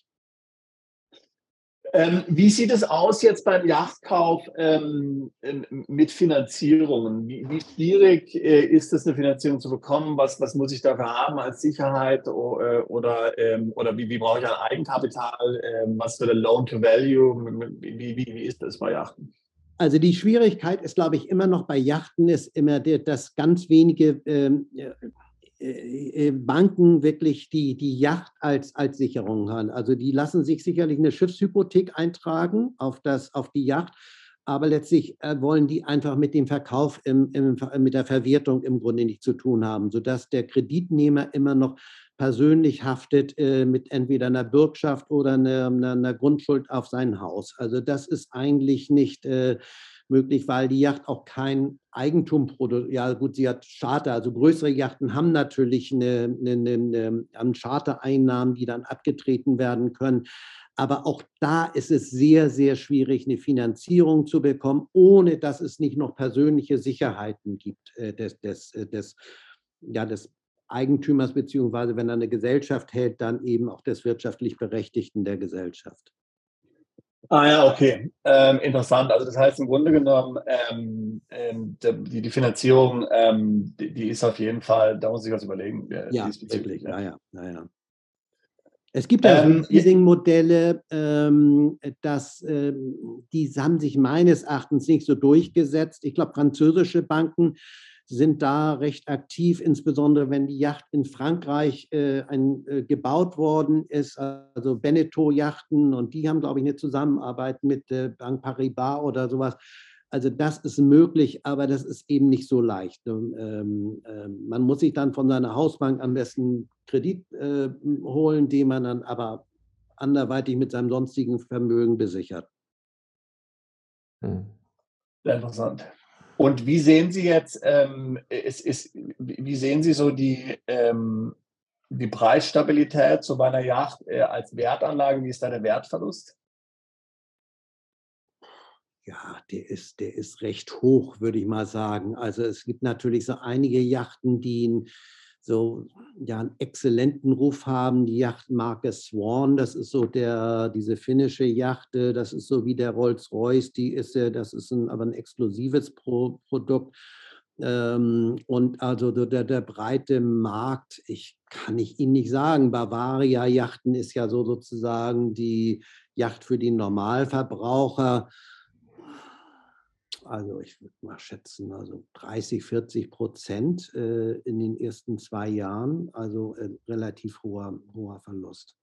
Wie sieht es aus jetzt beim Yachtkauf mit Finanzierungen? Wie schwierig ist es, eine Finanzierung zu bekommen? Was muss ich dafür haben als Sicherheit? Oder wie brauche ich ein Eigenkapital? Was für der Loan-to-Value? Wie ist das bei Yachten? Also die Schwierigkeit ist, glaube ich, immer noch bei Yachten ist immer, dass ganz wenige Banken wirklich die Yacht als Sicherung haben. Also die lassen sich sicherlich eine Schiffshypothek eintragen auf die Yacht, aber letztlich wollen die einfach mit dem Verkauf, mit der Verwertung im Grunde nichts zu tun haben, sodass der Kreditnehmer immer noch persönlich haftet mit entweder einer Bürgschaft oder einer Grundschuld auf sein Haus. Also das ist eigentlich nicht möglich, weil die Yacht auch kein Eigentum produziert. Ja gut, sie hat Charter, also größere Yachten haben natürlich Chartereinnahmen, die dann abgetreten werden können. Aber auch da ist es sehr, sehr schwierig, eine Finanzierung zu bekommen, ohne dass es nicht noch persönliche Sicherheiten gibt des Eigentümers, beziehungsweise wenn er eine Gesellschaft hält, dann eben auch des wirtschaftlich Berechtigten der Gesellschaft. Ah ja, okay. Interessant. Also das heißt im Grunde genommen, die Finanzierung, die ist auf jeden Fall, da muss ich was überlegen. Ja, wirklich. Ja. Es gibt ja Leasing-Modelle, die haben sich meines Erachtens nicht so durchgesetzt. Ich glaube, französische Banken sind da recht aktiv, insbesondere wenn die Yacht in Frankreich gebaut worden ist, also Beneteau-Yachten, und die haben, glaube ich, eine Zusammenarbeit mit Banque Paribas oder sowas. Also das ist möglich, aber das ist eben nicht so leicht. Man muss sich dann von seiner Hausbank am besten Kredit holen, den man dann aber anderweitig mit seinem sonstigen Vermögen besichert. Sehr interessant. Und wie sehen Sie jetzt, wie sehen Sie so die Preisstabilität so bei einer Yacht als Wertanlage? Wie ist da der Wertverlust? Ja, der ist recht hoch, würde ich mal sagen. Also es gibt natürlich so einige Yachten, die einen exzellenten Ruf haben. Die Yachtmarke Swan, das ist so diese finnische Yacht, das ist so wie der Rolls-Royce, das ist aber ein exklusives Produkt. Und also der breite Markt, kann ich Ihnen nicht sagen. Bavaria Yachten ist ja so sozusagen die Yacht für den Normalverbraucher. Also ich würde mal schätzen, also 30-40% in den ersten 2 Jahren, also relativ hoher Verlust.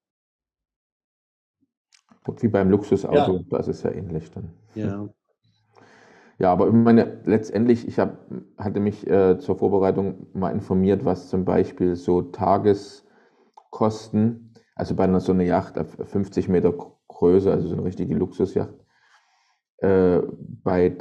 Wie beim Luxusauto, Ja, das ist ja ähnlich dann. Ja, Ja, aber ich meine, letztendlich, hatte mich zur Vorbereitung mal informiert, was zum Beispiel so Tageskosten, also bei so einer Yacht auf 50 Meter Größe, also so eine richtige Luxusjacht, bei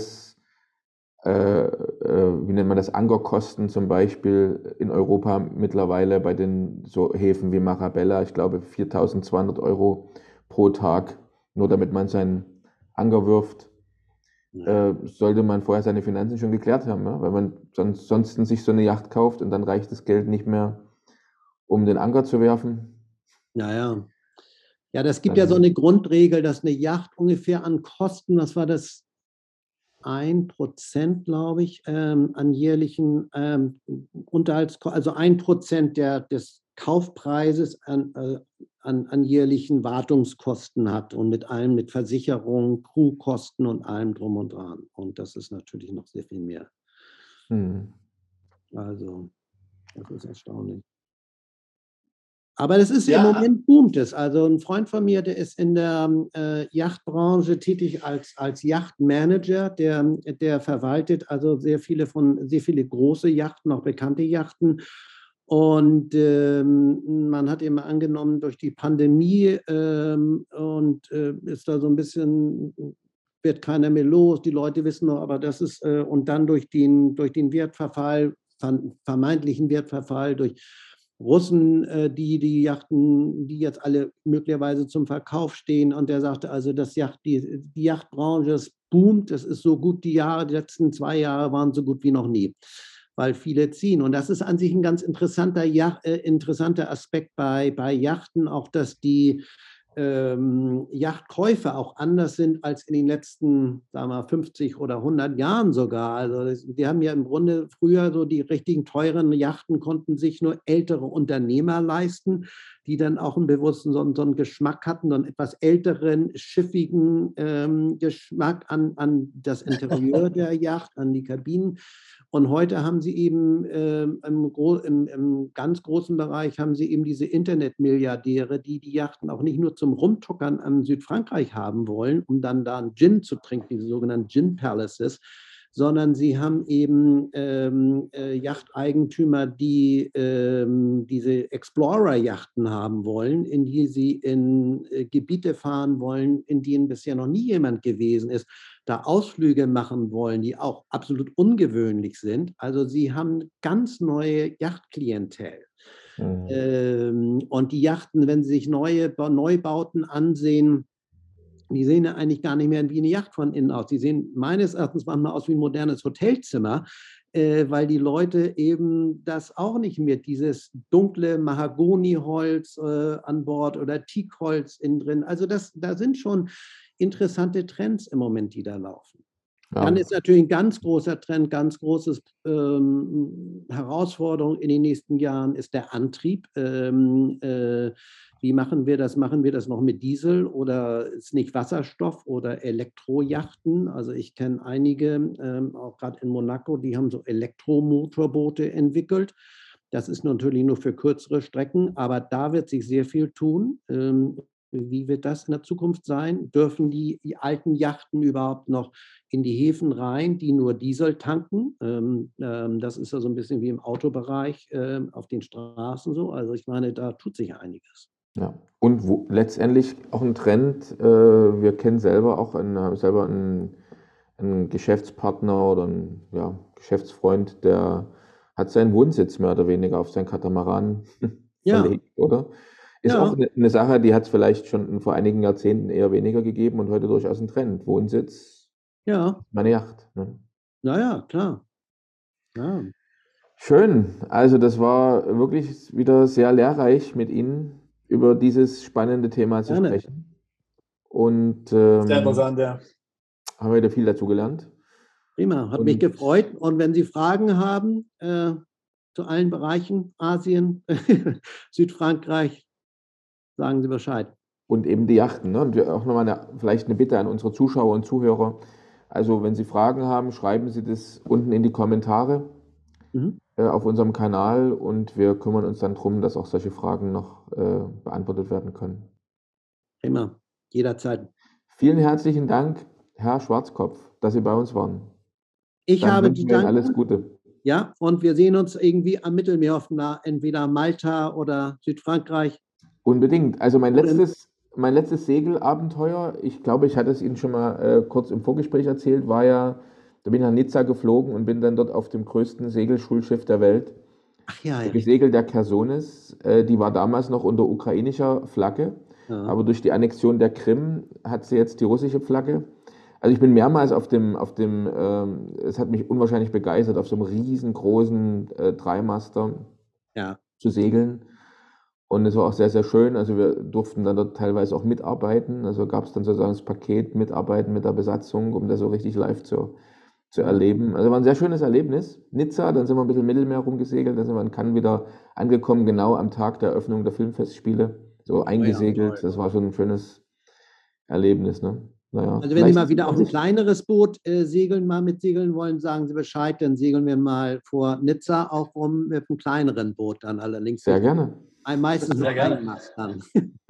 wie nennt man das, Ankerkosten zum Beispiel in Europa mittlerweile bei den so Häfen wie Marabella, ich glaube 4.200 Euro pro Tag, nur damit man seinen Anker wirft. Sollte man vorher seine Finanzen schon geklärt haben, ja? Weil man sonst sich so eine Yacht kauft und dann reicht das Geld nicht mehr, um den Anker zu werfen. naja. Ja, das gibt ja so eine Grundregel, dass eine Yacht ungefähr an Kosten, was war das, 1%, glaube ich, an jährlichen Unterhaltskosten, also 1% des Kaufpreises an jährlichen Wartungskosten hat und mit Versicherung, Crewkosten und allem drum und dran. Und das ist natürlich noch sehr viel mehr. Also, das ist erstaunlich. Aber das ist im Moment boomt es. Also ein Freund von mir, der ist in der Yachtbranche tätig als Yachtmanager, der verwaltet also sehr viele große Yachten, auch bekannte Yachten. Und man hat immer angenommen, durch die Pandemie ist da so ein bisschen, wird keiner mehr los, die Leute wissen noch, aber das ist, und dann durch den Wertverfall, vermeintlichen Wertverfall, durch Russen, die Yachten, die jetzt alle möglicherweise zum Verkauf stehen. Und der sagte also, die Yachtbranche, es boomt, es ist so gut, die letzten 2 Jahre waren so gut wie noch nie, weil viele ziehen. Und das ist an sich ein ganz interessanter Aspekt bei Yachten, auch dass die Yachtkäufe auch anders sind als in den letzten, sagen wir mal, 50 oder 100 Jahren sogar. Also die haben ja im Grunde früher so die richtigen teuren Yachten konnten sich nur ältere Unternehmer leisten, die dann auch einen bewussten so einen Geschmack hatten, so einen etwas älteren, schiffigen Geschmack an das Interieur der Yacht, an die Kabinen. Und heute haben sie eben im ganz großen Bereich haben sie eben diese Internetmilliardäre, die Yachten auch nicht nur zum Rumtuckern am Südfrankreich haben wollen, um dann da einen Gin zu trinken, diese sogenannten Gin Palaces, sondern sie haben eben Yachteigentümer, die diese Explorer-Yachten haben wollen, in die sie in Gebiete fahren wollen, in denen bisher noch nie jemand gewesen ist, da Ausflüge machen wollen, die auch absolut ungewöhnlich sind. Also sie haben ganz neue Yachtklientel. Und die Yachten, wenn Sie sich Neubauten ansehen, die sehen ja eigentlich gar nicht mehr wie eine Yacht von innen aus. Die sehen meines Erachtens manchmal aus wie ein modernes Hotelzimmer, weil die Leute eben das auch nicht mehr, dieses dunkle Mahagoniholz an Bord oder Teakholz innen drin. Also da sind schon interessante Trends im Moment, die da laufen. Ja. Dann ist natürlich ein ganz großer Trend, ganz großes Herausforderung in den nächsten Jahren ist der Antrieb. Wie machen wir das? Machen wir das noch mit Diesel oder ist nicht Wasserstoff oder Elektrojachten? Also ich kenne einige, auch gerade in Monaco, die haben so Elektromotorboote entwickelt. Das ist natürlich nur für kürzere Strecken, aber da wird sich sehr viel tun. Wie wird das in der Zukunft sein? Dürfen die alten Yachten überhaupt noch in die Häfen rein, die nur Diesel tanken? Das ist ja so ein bisschen wie im Autobereich auf den Straßen so. Also ich meine, da tut sich einiges. Ja, und letztendlich auch ein Trend, wir kennen selber auch einen Geschäftspartner oder einen Geschäftsfreund, der hat seinen Wohnsitz mehr oder weniger auf seinen Katamaran verlegt, oder? Ist auch eine Sache, die hat es vielleicht schon vor einigen Jahrzehnten eher weniger gegeben und heute durchaus ein Trend. Wohnsitz Ja, Meine Yacht. Ne? naja, klar. Ja. Schön. Also das war wirklich wieder sehr lehrreich, mit Ihnen über dieses spannende Thema zu Gerne. sprechen. Und Sehr interessant, ja. haben wir wieder viel dazu gelernt. Prima, hat mich Und- gefreut. Und wenn Sie Fragen haben zu allen Bereichen, Asien, Südfrankreich, sagen Sie Bescheid. Und eben die Yachten. Ne? Und auch nochmal vielleicht eine Bitte an unsere Zuschauer und Zuhörer. Also wenn Sie Fragen haben, schreiben Sie das unten in die Kommentare auf unserem Kanal und wir kümmern uns dann darum, dass auch solche Fragen noch beantwortet werden können. Prima, jederzeit. Vielen herzlichen Dank, Herr Schwarzkopf, dass Sie bei uns waren. Ich Dann habe wünschen zu wir Ihnen danken. alles Gute. Ja, und wir sehen uns irgendwie am Mittelmeer, entweder Malta oder Südfrankreich. Unbedingt. Also mein letztes Segelabenteuer, ich glaube, ich hatte es Ihnen schon mal kurz im Vorgespräch erzählt, war ja, da bin ich nach Nizza geflogen und bin dann dort auf dem größten Segelschulschiff der Welt Ach ja, ja. gesegelt, der Chersonis. Die war damals noch unter ukrainischer Flagge, Ja. aber durch die Annexion der Krim hat sie jetzt die russische Flagge. Also ich bin mehrmals es hat mich unwahrscheinlich begeistert, auf so einem riesengroßen Dreimaster Ja. zu segeln. Und es war auch sehr, sehr schön. Also wir durften dann dort teilweise auch mitarbeiten. Also gab es dann sozusagen das Paket Mitarbeiten mit der Besatzung, um das so richtig live zu erleben. Also war ein sehr schönes Erlebnis. Nizza, dann sind wir ein bisschen Mittelmeer rumgesegelt, dann sind wir in Cannes wieder angekommen, genau am Tag der Eröffnung der Filmfestspiele. So eingesegelt. Das war schon ein schönes Erlebnis. Ne? Naja, Also wenn Sie mal wieder auf ein kleineres Boot mitsegeln wollen, sagen Sie Bescheid, dann segeln wir mal vor Nizza auch rum mit einem kleineren Boot dann allerdings. Sehr gerne. Meistens Sehr noch gerne. einen Mast dann.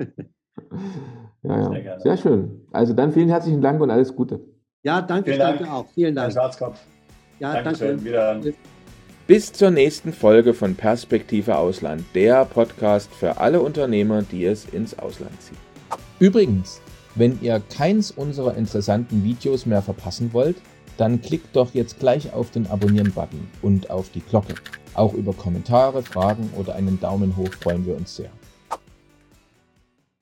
Ja, Sehr gerne. sehr schön. Also dann vielen herzlichen Dank und alles Gute. Ja, danke, Vielen Dank. danke auch. Vielen Herr Dank. Schwarzkopf. Ja, Dankeschön. danke. Wiederhören. Bis zur nächsten Folge von Perspektive Ausland, der Podcast für alle Unternehmer, die es ins Ausland ziehen. Übrigens, wenn ihr keins unserer interessanten Videos mehr verpassen wollt, dann klickt doch jetzt gleich auf den Abonnieren-Button und auf die Glocke. Auch über Kommentare, Fragen oder einen Daumen hoch freuen wir uns sehr.